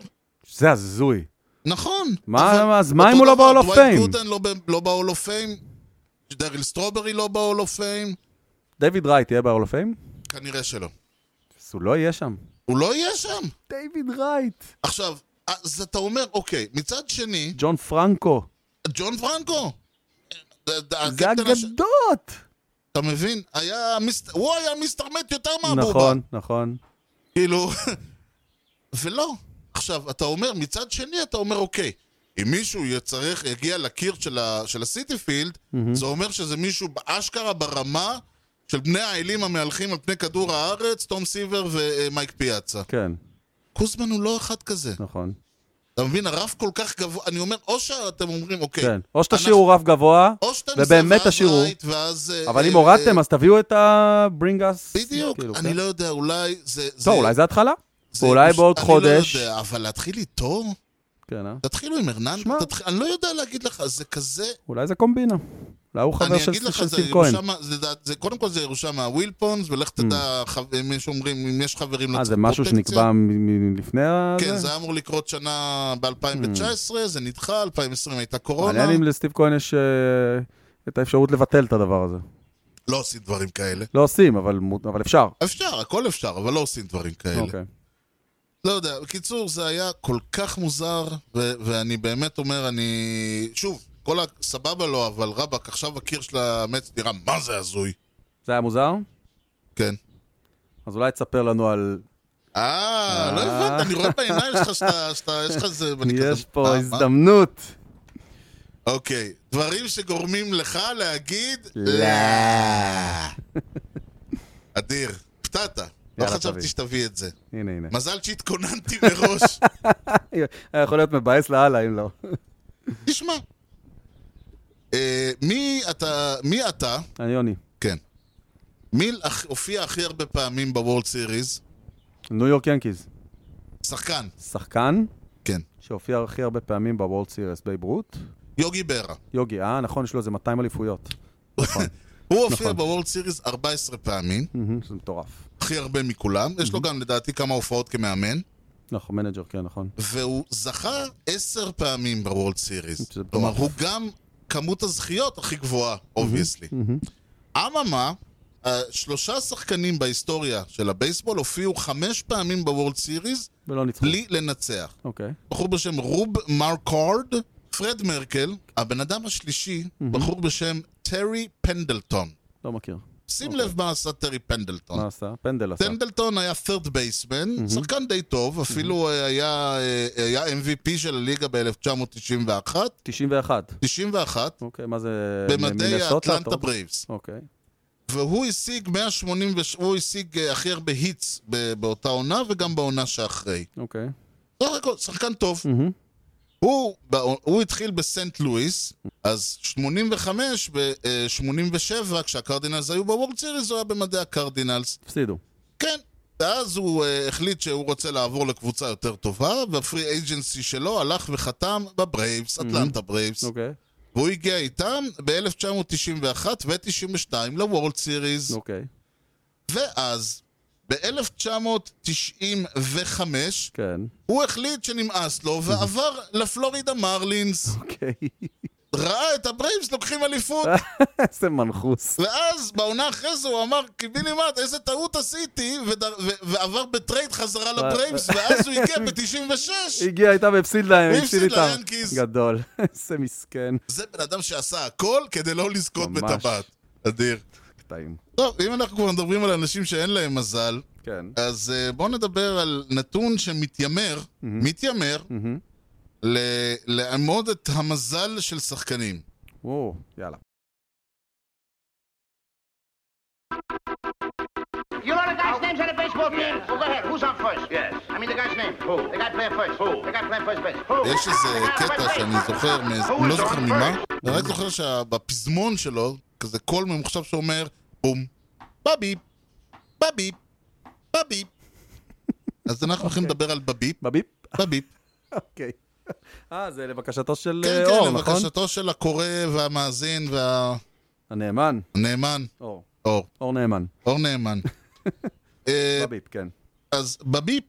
זה הזוי. נכון. מה, אז מה אם הוא לא ב-Hall of Fame? דווייט גודן לא ב-Hall of Fame, דריל סטרוברי לא ב-Hall of Fame. דיוויד רייט יהיה ב-Hall of Fame? כנראה שלא. אז הוא לא יהיה שם. הוא לא יהיה שם. דיוויד רייט. עכשיו, אז אתה אומר, אוקיי, מצד שני, ג'ון פרנקו. ג'ון פרנקו. זה אגדות. אתה מבין? היה מיסט... הוא היה מיסטר מת יותר מהבובה. נכון, נכון. כאילו, ולא. עכשיו, אתה אומר, מצד שני, אתה אומר, אוקיי, אם מישהו יצטרך, יגיע לקיר של, ה... של הסיטי פילד, mm-hmm. זה אומר שזה מישהו באשכרה ברמה של בני האלים המהלכים על פני כדור הארץ, תום סיבר ומייק פיאצה. כן. קוזמן הוא לא אחד כזה. נכון. אתה מבין, הרף כל כך גבוה, אני אומר, או שאתם אומרים, אוקיי. כן, או שתשאירו רף גבוה, ובאמת תשאירו. אבל אם הורדתם, אז תביאו את ה-Bring Us. בדיוק, אני לא יודע, אולי זה... טוב, אולי זה התחלה. אולי בעוד חודש. אני לא יודע, אבל להתחיל איתו? כן, אה? תתחילו עם הרנן, אני לא יודע להגיד לך, זה כזה... אולי זה קומבינה. אולי הוא חבר של סטיב כהן. קודם כל זה ירושה מהוויל פונס, ולך תדע, אם יש חברים... אה, זה משהו שנקבע מלפני ה... כן, זה היה אמור לקרות שנה ב-אלפיים תשע עשרה, זה נדחה, אלפיים עשרים הייתה קורונה. מעניין אם לסטיב כהן יש את האפשרות לבטל את הדבר הזה. לא עושים דברים כאלה. לא עושים, אבל אפשר. אפשר, הכל אפשר, אבל לא עושים דברים כאלה. אוקיי. לא יודע, בקיצור, זה היה כל כך מוזר, ואני באמת אומר, אני... שוב, כל הסבבה לו, אבל רבק, עכשיו הקיר של המץ נראה, מה זה הזוי? זה היה מוזר? כן. אז אולי תספר לנו על... אה, לא הבנת, אני רואה בעיניים שלך שאתה, יש לך איזה... יש פה הזדמנות. אוקיי, דברים שגורמים לך להגיד... לא. אדיר, פתעת. לא חשבתי שתביא את זה. הנה, הנה. מזל שהתכוננתי מראש. היה יכול להיות מבאס להלאה, אם לא. תשמע. מי אתה... מי אתה? אני יוני. כן. מי הופיע הכי הרבה פעמים בוורלד סיריז? ניו יורק ינקיז. שחקן. שחקן? כן. שהופיע הכי הרבה פעמים בוורלד סיריז. בייב רות? יוגי ברה. יוגי, אה, נכון, יש לו איזה מאתיים אליפויות. נכון. הוא הופיע בוורלד סיריז ארבע עשרה פעמים. זה מטורף. הכי הרבה מכולם. יש לו גם לדעתי כמה הופעות כמאמן. נכון, מנג'ר, כן, נכון. והוא זכה עשר פעמים בוורלד סיריז. כלומר, הוא גם כמות הזכיות הכי גבוהה, obviously. אממה, שלושה שחקנים בהיסטוריה של הבייסבול הופיעו חמש פעמים בוורלד סיריז בלי לנצח. אוקיי. בחור בשם רוב מרקורד, פרד מרקל, הבן אדם השלישי, בחור בשם טרי פנדלטון. לא מכיר. שים לב מה עשה טרי פנדלטון. מה עשה? פנדל עשה. פנדלטון היה third baseman, שחקן די טוב, אפילו היה אם וי פי של הליגה ב-אלף תשע מאות תשעים ואחת. תשעים ואחת. תשעים ואחת. אוקיי, מה זה? במדי האטלנטה ברייבס. אוקיי. והוא השיג מאה שמונים, הוא השיג הכי הרבה היטס באותה עונה וגם בעונה שאחרי. אוקיי. שחקן טוב. הוא, הוא התחיל בסנט לואיס, אז שמונים וחמש ב-שמונים ושבע, כשהקרדינלס היו בוורלד סיריז, הוא היה במדי הקרדינלס. הפסידו. כן, ואז הוא uh, החליט שהוא רוצה לעבור לקבוצה יותר טובה, והפרי אייג'נסי שלו הלך וחתם בברייבס, אטלנטה ברייבס. אוקיי. והוא הגיע איתם ב-אלף תשע מאות תשעים ואחת ו-תשעים ושתיים לוורלד סיריז. אוקיי. ואז, ב-אלף תשע מאות תשעים וחמש, כן. הוא החליט שנמאס לו, ועבר לפלורידה מרלינס. אוקיי. ראה את הברייבס לוקחים אליפות. איזה מנחוס. ואז בעונה אחרי זה הוא אמר, קיבינימט, איזה טעות עשיתי, ועבר בטרייד חזרה לברייבס, ואז הוא הגיע ב-תשעים ושש. הגיע איתה והפסיד להם, הפסיד ליאנקיז. גדול. איזה מסכן. זה בן אדם שעשה הכל כדי לא לזכות בטבעת. אדיר. קטעים. טוב, אם אנחנו כבר מדברים על אנשים שאין להם מזל, כן. אז בואו נדבר על נתון שמתיימר, מתיימר, לעמוד את המזל של שחקנים. וואו, יאללה. You know the guy's names on the baseball team? Well, go ahead. Who's on first? Yes. I mean the guy's name. Who? The guy playing first. Who? The guy playing first base. Who? יש איזה קטע שאני זוכר, אני לא זוכר ממה, אני רק זוכר שבפזמון שלו, כזה קול ממוחשב שאומר, בום, בביפ, בביפ, בביפ. אז אנחנו הולכים לדבר על בביפ. בביפ? בביפ. אוקיי. אה, זה לבקשתו של כן, אור, כן, נכון? לבקשתו של הקורא והמאזין וה... הנאמן. הנאמן. אור. אור. אור נאמן. אור נאמן. בביפ, כן. אז בביפ,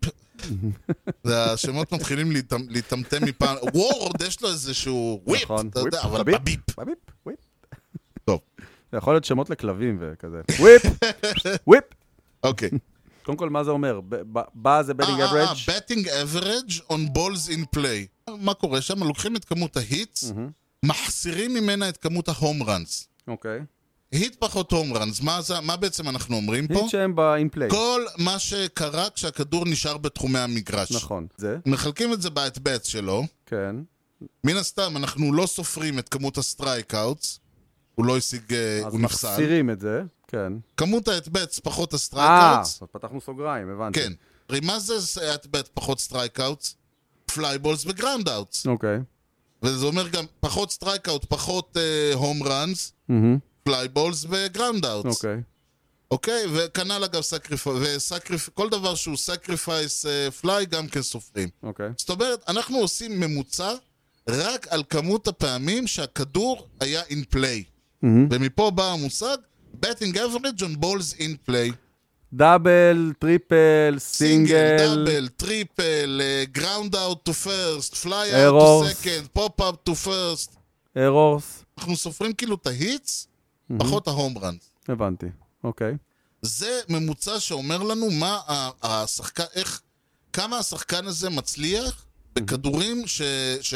השמות מתחילים להיטמ- להיטמטם מפעם. וורד, יש לו איזשהו וויפ, נכון, אתה יודע, וויפ, אבל בביפ. בביפ. בביפ, וויפ. טוב, זה יכול להיות שמות לכלבים וכזה. וויפ, וויפ. אוקיי. קודם כל, מה זה אומר? ב- ב- בא זה בטינג אה, אה, אברג'? betting average on balls in play. מה קורה שם? לוקחים את כמות ההיטס, מחסירים ממנה את כמות ההום ראנס. אוקיי. היט פחות הום ראנס, מה זה- מה בעצם אנחנו אומרים פה? היט שהם ב-in-play. כל מה שקרה כשהכדור נשאר בתחומי המגרש. נכון. זה? מחלקים את זה ב-at-bats שלו. כן. מן הסתם, אנחנו לא סופרים את כמות הסטרייקאוטס. הוא לא השיג, אה, אז הוא נפסל. מחסירים את זה. כן. כמות ה-at-bats פחות אה, הסטרייקאוטס. אז פתחנו סוגריים, הבנתי. כן. הרי מה זה at-bat פחות סטרייקאוטס? פלייבולס וגראונד-אוטס. אוקיי. וזה אומר גם פחות סטרייקאוט, פחות הום ראנס, מהמם. פלייבולס וגראונד-אוטס. אוקיי. אוקיי? וכנ"ל אגב סקריפייס, כל דבר שהוא סקריפייס פליי גם כן סופרים. אוקיי. זאת אומרת, אנחנו עושים ממוצע רק על כמות הפעמים שהכדור היה in play. מהמם. ומפה בא המושג betting average on balls in play. דאבל, טריפל, סינגל, סינגל. דאבל, טריפל, ground out to first, fly out Errors. to second, pop up to first. ארורס. אנחנו סופרים כאילו את ההיטס, פחות ההום ראנס. הבנתי. אוקיי. זה ממוצע שאומר לנו מה ה- השחקן, איך, כמה השחקן הזה מצליח בכדורים ש... ש...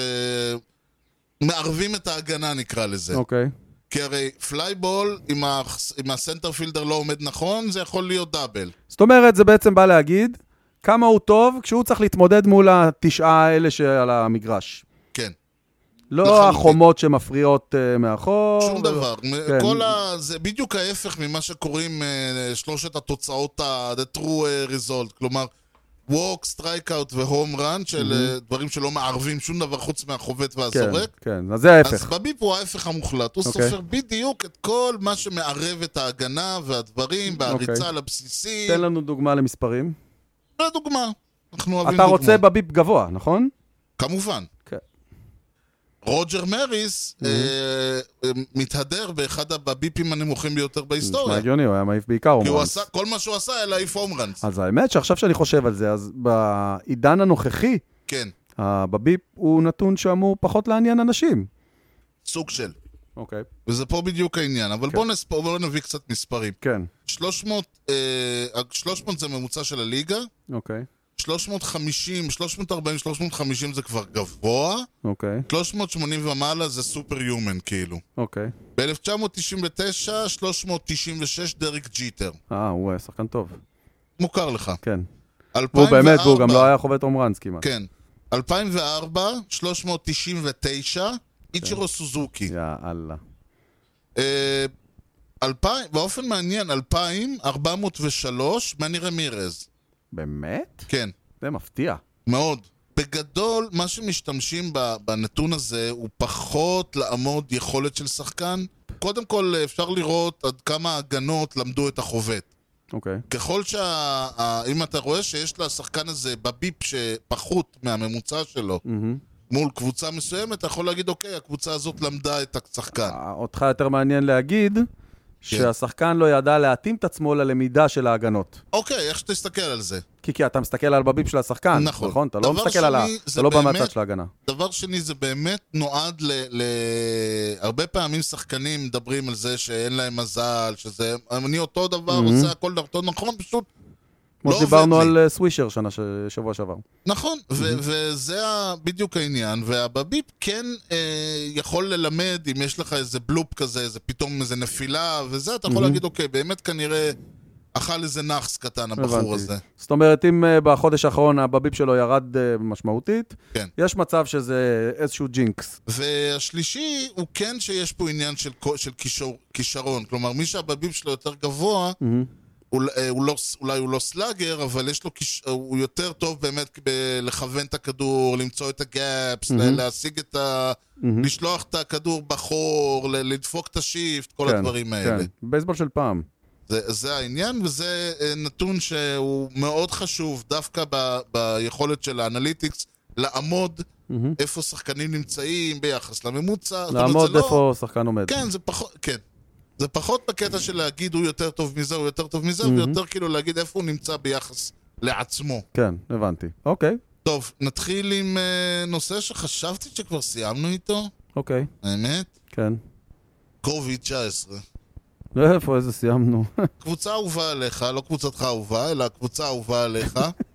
מערבים את ההגנה נקרא לזה. אוקיי. כי הרי פלייבול, אם, ה... אם הסנטרפילדר לא עומד נכון, זה יכול להיות דאבל. זאת אומרת, זה בעצם בא להגיד כמה הוא טוב כשהוא צריך להתמודד מול התשעה האלה שעל המגרש. כן. לא לחלוטין. החומות שמפריעות uh, מאחור. שום דבר. כן. כל ה... זה בדיוק ההפך ממה שקוראים uh, שלושת התוצאות ה... the true uh, result. כלומר, walk, strikeout והום רן, של uh, דברים שלא מערבים שום דבר חוץ מהחובט כן, והזורק. כן, אז זה ההפך. אז בביפ הוא ההפך המוחלט. הוא אוקיי. סופר בדיוק את כל מה שמערב את ההגנה והדברים, והריצה אוקיי. לבסיסי. תן לנו דוגמה למספרים. לדוגמה. אנחנו אוהבים אתה דוגמאות. רוצה בביפ גבוה, נכון? כמובן. כן. רוג'ר מריס אה, אה, מתהדר באחד הביפים הנמוכים ביותר נשמע בהיסטוריה. הגיוני, הוא היה מעיף בעיקר כי הוא הומראנס. עשה, כל מה שהוא עשה היה להעיף הום ראנס. אז האמת שעכשיו שאני חושב על זה, אז בעידן הנוכחי, כן, בביפ הוא נתון שאמור פחות לעניין אנשים. סוג של. אוקיי. וזה פה בדיוק העניין. אבל בואו נספור, בואו נביא קצת מספרים. כן. שלוש מאות, אה, שלוש מאות זה ממוצע של הליגה, אוקיי. שלוש מאות וחמישים, שלוש מאות וארבעים, שלוש מאות וחמישים זה כבר גבוה, אוקיי. שלוש מאות ושמונים ומעלה זה סופר יומן כאילו. אוקיי. ב-אלף תשע מאות תשעים ותשע, שלוש מאות תשעים ושש דריק ג'יטר. אה, הוא שחקן טוב. מוכר לך. כן. אלפיים והוא באמת, והוא גם וארבע, לא היה חובט הומראנס כמעט. כן. אלפיים וארבע, שלוש מאות תשעים ותשע, כן. איצ'ירו סוזוקי. יא אללה. אה, אלפיים, באופן מעניין, אלפיים ארבע מאות ושלוש, מני רמירז. באמת? כן, זה מפתיע. מאוד. בגדול, מה שמשתמשים ב- בנתון הזה הוא פחות לעמוד יכולת של שחקן. קודם כל, אפשר לראות עד כמה הגנות למדו את החובט. אוקיי. ככל שה... ה- אם אתה רואה שיש לשחקן הזה בביפ שפחות מהממוצע שלו, מהמם. מול קבוצה מסוימת, אתה יכול להגיד, אוקיי, הקבוצה הזאת למדה את השחקן. אה, אותך יותר מעניין להגיד שהשחקן לא ידע להתאים את עצמו ללמידה של ההגנות. אוקיי, איך שתסתכל על זה? כי כי אתה מסתכל על בביפ של השחקן, נכון. נכון? אתה לא דבר מסתכל על ה... שני, אתה זה לא בא באמת- מהצד של ההגנה. דבר שני, זה באמת נועד ל... ל... הרבה פעמים שחקנים מדברים על זה שאין להם מזל, שזה... אני אותו דבר, עושה הכל אותו נכון, פשוט כמו לא שדיברנו עובד לי. על אה, סווישר שנה ש- שבוע שעבר. נכון, ו- וזה ה- בדיוק העניין, והבביפ כן אה, יכול ללמד, אם יש לך איזה בלופ כזה, איזה פתאום איזה נפילה, וזה, אתה יכול להגיד, אוקיי, באמת כנראה אכל איזה נחס קטן, הבחור הבנתי. הזה. זאת אומרת, אם אה, בחודש האחרון הבביפ שלו ירד אה, משמעותית, כן. יש מצב שזה איזשהו ג'ינקס. והשלישי הוא כן שיש פה עניין של, כו- של כישור, כישרון, כלומר, מי שהבביפ שלו יותר גבוה, הוא, אה, הוא לא, אולי הוא לא סלאגר, אבל יש לו, כיש, הוא יותר טוב באמת ב- לכוון את הכדור, למצוא את הגאפס, ל- להשיג את ה... לשלוח את הכדור בחור, ל- לדפוק את השיפט, כל כן, הדברים האלה. כן. בייסבול של פעם. זה, זה העניין, וזה אה, נתון שהוא מאוד חשוב, דווקא ב, ביכולת של האנליטיקס, לעמוד איפה שחקנים נמצאים ביחס לממוצע. זאת אומרת, לעמוד זה לא- איפה שחקן עומד. כן, זה פחות, כן. זה פחות בקטע של להגיד הוא יותר טוב מזה, הוא יותר טוב מזה, ויותר כאילו להגיד איפה הוא נמצא ביחס לעצמו. כן, הבנתי. אוקיי, טוב, נתחיל עם uh, נושא שחשבתי שכבר סיימנו איתו, אוקיי, האמת, כן. קוביד תשע עשרה. איפה, איזה סיימנו? קבוצה אהובה עליך, לא קבוצתך אהובה, אלא קבוצה אהובה עליך.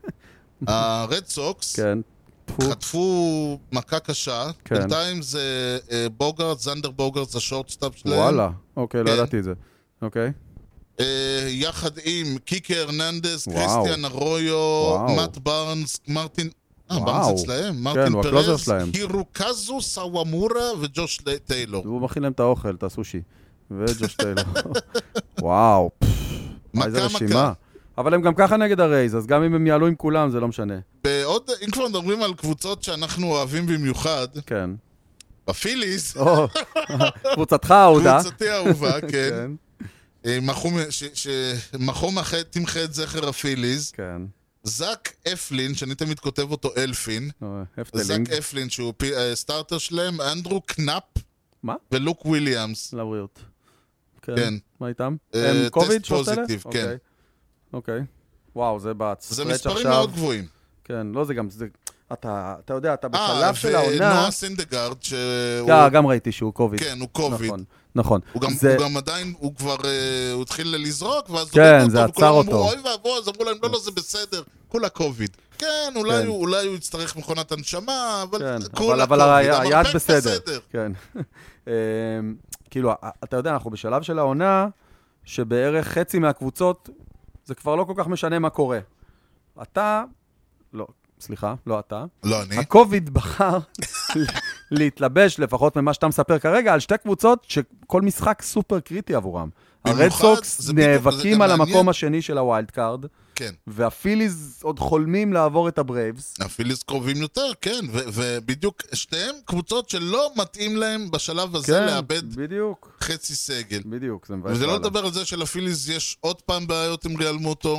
הרד סוקס כן. טפו. חטפו מכה קשה, כן. בינתיים זה uh, בוגרט, זנדר בוגרט, זה השורטסטאפ שלהם. וואלה, אוקיי, לא כן. ידעתי את זה. אוקיי. Uh, יחד עם קיקי הרננדס, וואו. קריסטיאן ארויו, וואו. מאט בארנס, מרטין... אה, וואו. בארנס אצלהם, כן, מרטין הוא הקלוזר פרז, שלהם. הירוקזו סוואמורה וג'וש טיילור. הוא מכין להם את האוכל, את הסושי. וג'וש טיילור. וואו. מכה איזה מכה. רשימה. אבל הם גם ככה נגד הרייז, אז גם אם הם יעלו עם כולם זה לא משנה. בעוד, אם כבר מדברים על קבוצות שאנחנו אוהבים במיוחד, כן. הפיליז, או, קבוצתך אהודה. קבוצתי האהובה, כן, כן. אה, מחו- ש- שמחו מחה- תמחה את זכר הפיליז, כן. זק אפלין, שאני תמיד כותב אותו אלפין, או, זק הפטלינג. אפלין שהוא פי- אה, סטארטר שלהם, אנדרו קנאפ מה? ולוק וויליאמס. לבריאות. כן. מה איתם? אה, הם טסט קוביד? שלושת אלה? פוזיטיב, כן. אוקיי. אוקיי. וואו, זה זה בסטרץ' מספרים עכשיו. מאוד גבוהים. כן, לא, זה גם, זה... אתה, אתה יודע, אתה אה, בשלב של העונה... ונועה סינדגרד, שהוא... אה, גם ראיתי שהוא קוביד. כן, הוא קוביד. נכון, נכון. הוא גם, זה... הוא גם עדיין, הוא כבר, אה, הוא התחיל לזרוק, ואז כן, הוא זה אותו, עצר וכולם אותו. אמרו, אוי ואבוי, אז אמרו להם, לא, לא, זה בסדר, כולה קוביד. כן, אולי, כן. הוא, אולי הוא יצטרך מכונת הנשמה, אבל כן, כולה אבל, אבל קוביד, ה- היד המרפק בסדר. כן. אמ, כאילו, אתה יודע, אנחנו בשלב של העונה, שבערך חצי מהקבוצות, זה כבר לא כל כך משנה מה קורה. אתה, לא, סליחה, לא אתה. לא אני. הקוביד בחר להתלבש, לפחות ממה שאתה מספר כרגע, על שתי קבוצות שכל משחק סופר קריטי עבורם. הרד במיוחד, סוקס זה בדיוק- זה נאבקים גם על מעניין. המקום השני של הווילד קארד, כן. והפיליז עוד חולמים לעבור את הברייבס. הפיליז קרובים יותר, כן, ו- ובדיוק שתיהם קבוצות שלא מתאים להם בשלב הזה כן, לאבד בדיוק, חצי סגל. בדיוק, זה מבאס וזה לא לאללה. לדבר על זה שלפיליז יש עוד פעם בעיות עם ריאל מוטו.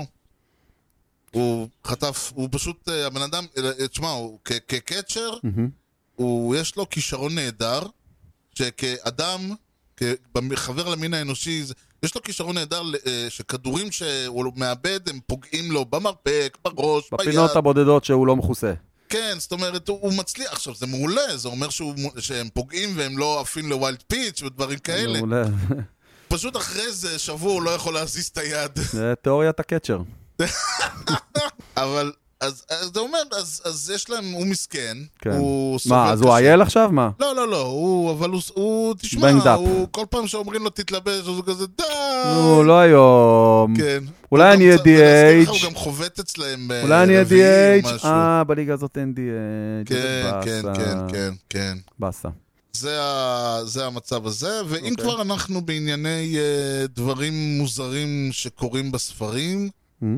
הוא חטף, הוא פשוט, אה, הבן אדם, אה, תשמע, הוא כ- כקצ'ר, הוא, יש לו כישרון נהדר, שכאדם, כחבר למין האנושי, זה- יש לו כישרון נהדר אה, שכדורים שהוא מאבד, הם פוגעים לו במרפק, בראש, ביד. בפינות הבודדות שהוא לא מכוסה. כן, זאת אומרת, הוא, הוא מצליח. עכשיו, זה מעולה, זה אומר שהוא, שהם פוגעים והם לא עפים לווילד פיץ' ודברים כאלה. מעולה. פשוט אחרי זה, שבוע הוא לא יכול להזיז את היד. זה תיאוריית הקצ'ר. אבל, אז, אז זה אומר, אז, אז יש להם, הוא מסכן, כן. הוא סובל מה, אז הוא קשה. אייל עכשיו? מה? לא, לא, לא, הוא, אבל הוא, הוא תשמע, Banged up. הוא, כל פעם שאומרים לו תתלבש, אז הוא כזה, די! נו, לא היום. כן. אולי הוא אני גם אהיה צ- ואני אזכיר לך, די אייץ'. הוא גם חובט אצלהם אולי אני אהיה די ברביעי אייץ'. או משהו. אה, בליגה הזאת אין די אייץ'. כן, כן, באסה. כן, כן, כן. באסה. זה, ה, זה המצב הזה, ואם אוקיי. כבר אנחנו בענייני uh, דברים מוזרים שקורים בספרים, Hmm?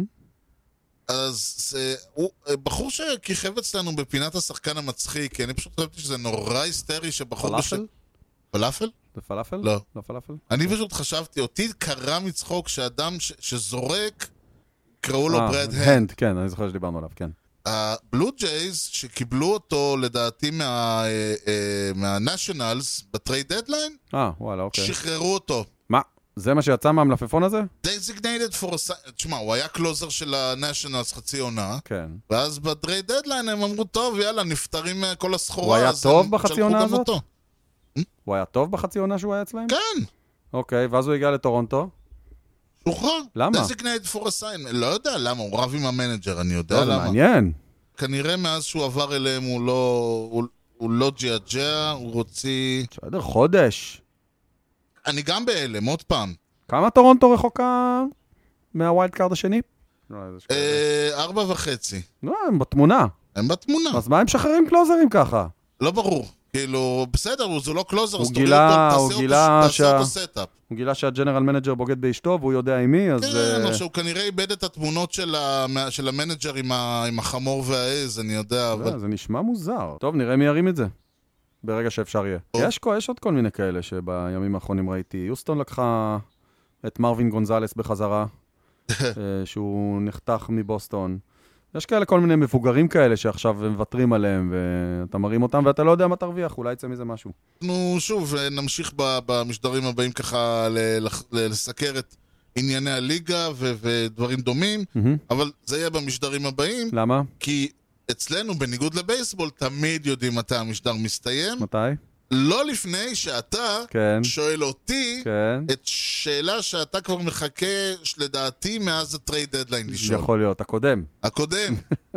אז זה, הוא, בחור שכיכב אצלנו בפינת השחקן המצחיק, כי אני פשוט חשבתי שזה נורא היסטרי שבחור... פלאפל? פלאפל? זה פלאפל? לא. לא פלאפל? אני פשוט חשבתי, אותי קרה מצחוק שאדם ש, שזורק, קראו לו אה, ברד הנד. הנד, כן, אני זוכר שדיברנו עליו, כן. הבלו ג'ייז שקיבלו אותו לדעתי מה, אה, אה, מהנשיונלס בטרייד דדליין, אה, וואלה, אוקיי. שחררו אותו. מה? זה מה שיצא מהמלפפון הזה? designated for a... si- תשמע, הוא היה קלוזר של הנשיונלס חצי עונה, כן. ואז בטרייד דדליין הם אמרו, טוב, יאללה, נפטרים מכל הסחורה. הוא היה אז טוב הם בחצי שלחו עונה גם הזאת? אותו. הוא היה טוב בחצי עונה שהוא היה אצלהם? כן, אוקיי, ואז הוא הגיע לטורונטו. שוחרר. למה? designated for a sign. לא יודע למה, הוא רב עם המנג'ר, אני יודע לא, זה למה. מעניין. כנראה מאז שהוא עבר אליהם הוא לא... הוא, הוא לא ג'עג'ע, הוא רוצי... בסדר, חודש. אני גם בהלם, עוד פעם. כמה טורונטו רחוקה מהווילד קארד השני? לא, איזה שכאלה. אה, ארבע וחצי. לא, הם בתמונה. הם בתמונה. אז מה הם משחררים קלוזרים ככה? לא ברור. כאילו, בסדר, הוא- זה לא קלוזר, הוא אז תוריד גילה- אותו, הוא תעשה אותו- גילה תעשה שה- אותו סטאפ. הוא גילה שהג'נרל מנג'ר בוגד באשתו והוא יודע עם מי, אז... כן, אה, או שהוא כנראה איבד את התמונות של ה- מה- של המנג'ר עם ה- עם החמור והעז, אני יודע, אבל... זה- זה נשמע מוזר. טוב, נראה מי ירים את זה. ברגע שאפשר יהיה. טוב. יש כל- יש עוד כל מיני כאלה שבימים האחרונים ראיתי. יוסטון לקחה את מרווין גונזלס בחזרה, אה, שהוא נחתך מבוסטון. יש כאלה כל מיני מבוגרים כאלה שעכשיו מוותרים עליהם, ואתה מרים אותם ואתה לא יודע מה תרוויח, אולי יצא מזה משהו. אנחנו שוב נמשיך ב- במשדרים הבאים ככה ל- לח- ל- לסקר את ענייני הליגה ו- ודברים דומים, אבל זה יהיה במשדרים הבאים, למה? כי אצלנו, בניגוד לבייסבול, תמיד יודעים מתי המשדר מסתיים, מתי? לא לפני שאתה כן. שואל אותי כן. את שאלה שאתה כבר מחכה, לדעתי, מאז הטרייד דדליין לשאול. יכול להיות, הקודם. הקודם.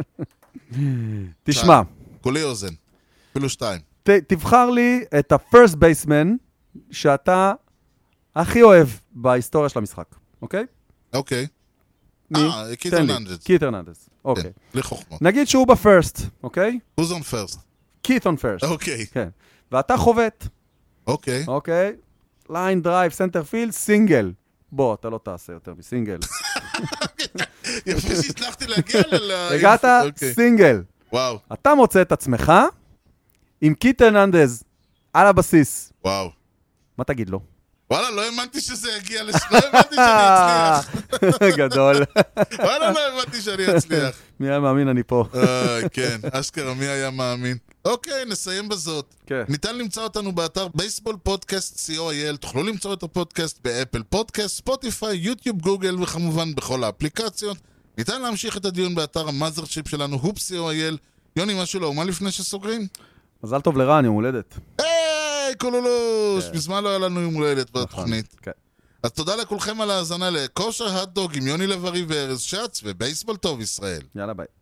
תשמע. כולי אוזן. אפילו שתיים. ת, תבחר לי את ה-first baseman שאתה הכי אוהב בהיסטוריה של המשחק, אוקיי? אוקיי. מי? אה, קיט תן לי. הרננדז. קיט הרננדז, אוקיי. כן, בלי חוכמות. נגיד שהוא בפרסט, אוקיי? Who's on first? קיט on first. אוקיי. כן. ואתה חובט, אוקיי. אוקיי? ליין דרייב, סנטר פילד, סינגל. בוא, אתה לא תעשה יותר מסינגל. יפה שהצלחתי להגיע ל... הגעת אוקיי. סינגל. וואו, אתה מוצא את עצמך עם קיט הרננדז על הבסיס. וואו. מה תגיד לו? וואלה, לא האמנתי שזה יגיע לש... לא האמנתי שאני אצליח. גדול. וואלה, לא האמנתי שאני אצליח. מי היה מאמין אני פה. אה, כן, אשכרה, מי היה מאמין? אוקיי, נסיים בזאת. כן. ניתן למצוא אותנו באתר בייסבול פודקאסט סי או איי אל, תוכלו למצוא את הפודקאסט באפל פודקאסט, ספוטיפיי, יוטיוב, גוגל וכמובן בכל האפליקציות. ניתן להמשיך את הדיון באתר המאזרשיפ שלנו, הופ סי או איי אל. יוני, משהו לאומה לפני שסוגרים? מזל טוב לרן, יום הולדת. היי, קולולוש! מזמן לא היה לנו יום הולדת בתוכנית. כן. אז תודה לכולכם על ההאזנה לכושר הדוג עם יוני לב-ארי וארז שץ ובייסבול טוב ישראל. יאללה ביי.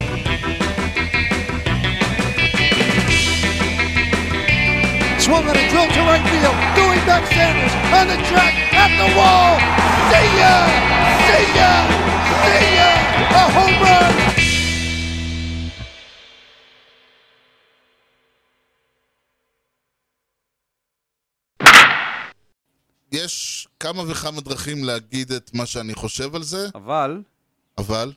Swung on a drill to right field. Doing back Sanders on the track at the wall. See ya! See ya! See ya! A home run! יש כמה וכמה דרכים להגיד את מה שאני חושב על זה, אבל אבל...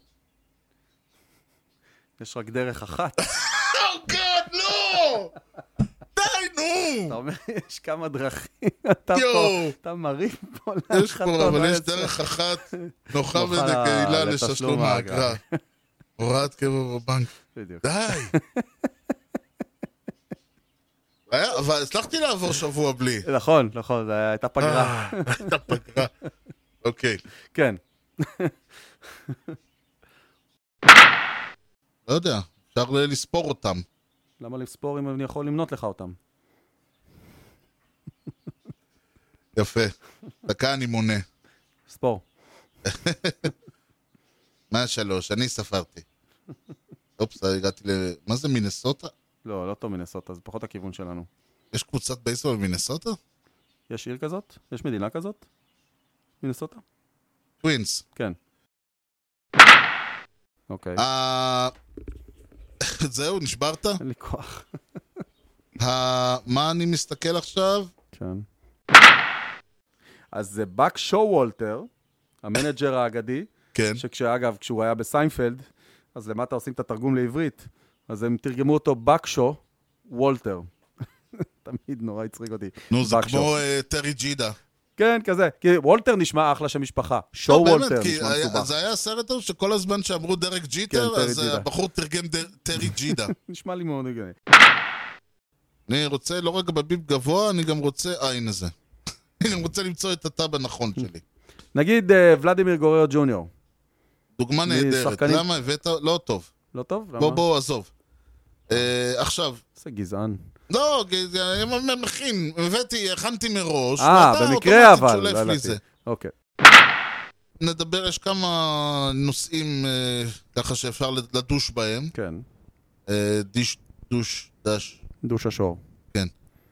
יש רק דרך אחת. Oh God, לא! די, נו! אתה אומר, יש כמה דרכים. אתה יואו. פה, אתה מריב פה יש להנחתות. פה, אבל יש דרך אחת נוחה נוחה ונקהילה לתשלום לתשלום האגרה. האגרה. הוראת קבע בבנק. בדיוק. די! היה, אבל הצלחתי לעבור שבוע בלי. נכון, נכון, זו הייתה פגרה. אה, הייתה פגרה. אוקיי. כן. לא יודע, אפשר לספור אותם. למה לספור אם אני יכול למנות לך אותם? יפה. דקה אני מונה. ספור. מה שלוש? אני ספרתי. אופס, הגעתי ל... מה זה, מינסוטה? לא, לא טוב מינסוטה, זה פחות הכיוון שלנו. יש קבוצת בייסבול במינסוטה? יש עיר כזאת? יש מדינה כזאת? מינסוטה? טווינס. כן. אוקיי. אה... זהו, נשברת? אין לי כוח. ה- מה אני מסתכל עכשיו? כן. אז זה בק שו וולטר, המנג'ר האגדי, כן. שכשאגב, כשהוא היה בסיינפלד, אז למטה עושים את התרגום לעברית, אז הם תרגמו אותו בק שו וולטר. תמיד נורא הצחיק אותי. נו, זה בק שו. כמו אה, טרי ג'ידה. כן, כזה. כי וולטר נשמע אחלה של משפחה. שו לא, וולטר באמת, כי נשמע היה- מסובך. זה היה סרט טוב שכל הזמן שאמרו דרק ג'יטר, כן, טרי אז אה, ג'ידה. הבחור תרגם דר- טרי ג'ידה. נשמע לי מאוד הגיוני. אני רוצה לא רק בביב גבוה, אני גם רוצה... אה, הנה זה. אני גם רוצה למצוא את הטאב הנכון שלי. נגיד אה, ולדימיר גוריו ג'וניור. דוגמה נהדרת. משחקנים- למה הבאת? לא טוב. לא טוב? למה? בוא, בוא, עזוב. אה, עכשיו, זה גזען. לא, אני מכין, הבאתי, הכנתי מראש. אה, ואתה במקרה אוטומטית אבל. שולף לא לי ידעתי. זה. אוקיי. נדבר, יש כמה נושאים אה, ככה שאפשר לדוש בהם. כן. אה, דיש, דוש, דש, דוש השור. כן.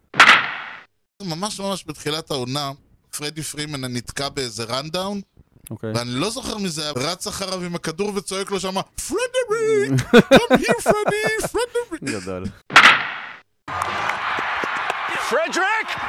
ממש ממש בתחילת העונה, פרדי פרימן נתקע באיזה רנדאון, אוקיי. ואני לא זוכר מזה, רץ אחריו עם הכדור וצועק לו שמה, פרדריק, come here פרדי, פרדריק. גדול. Frederick?